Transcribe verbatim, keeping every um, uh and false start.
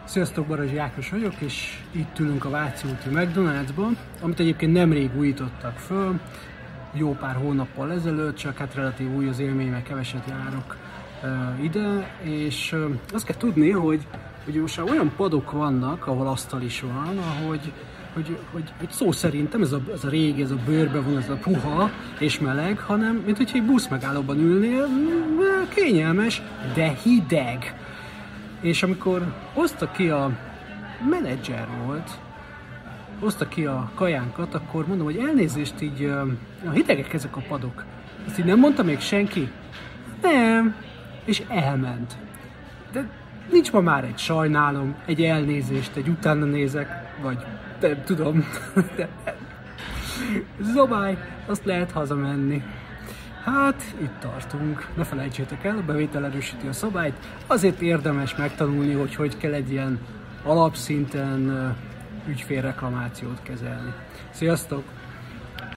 Sziasztok, Barazsi Ákos vagyok, és itt ülünk a Váci úti McDonald'sban, amit egyébként nemrég újítottak föl, jó pár hónappal ezelőtt, csak hát relatív új az élmény, mert keveset járok uh, ide, és uh, azt kell tudni, hogy ugye most már olyan padok vannak, ahol asztal is van, ahogy hogy, hogy, hogy szó szerintem ez a, ez a régi, ez a bőrbe van, ez a puha és meleg, hanem mint hogyha egy busz megállóban ülnél, kényelmes, de hideg. És amikor hozta ki a menedzser volt, hozta ki a kajánkat, akkor mondom, hogy elnézést, így a hidegek ezek a padok. Ezt így nem mondta még senki? Nem. És elment. De nincs ma már egy sajnálom, egy elnézést, egy utána nézek, vagy nem tudom. De zobály, azt lehet hazamenni. Hát, itt tartunk. Ne felejtsétek el, a bevétel erősíti a szabályt. Azért érdemes megtanulni, hogy hogy kell egy ilyen alapszinten ügyfélreklamációt kezelni. Sziasztok!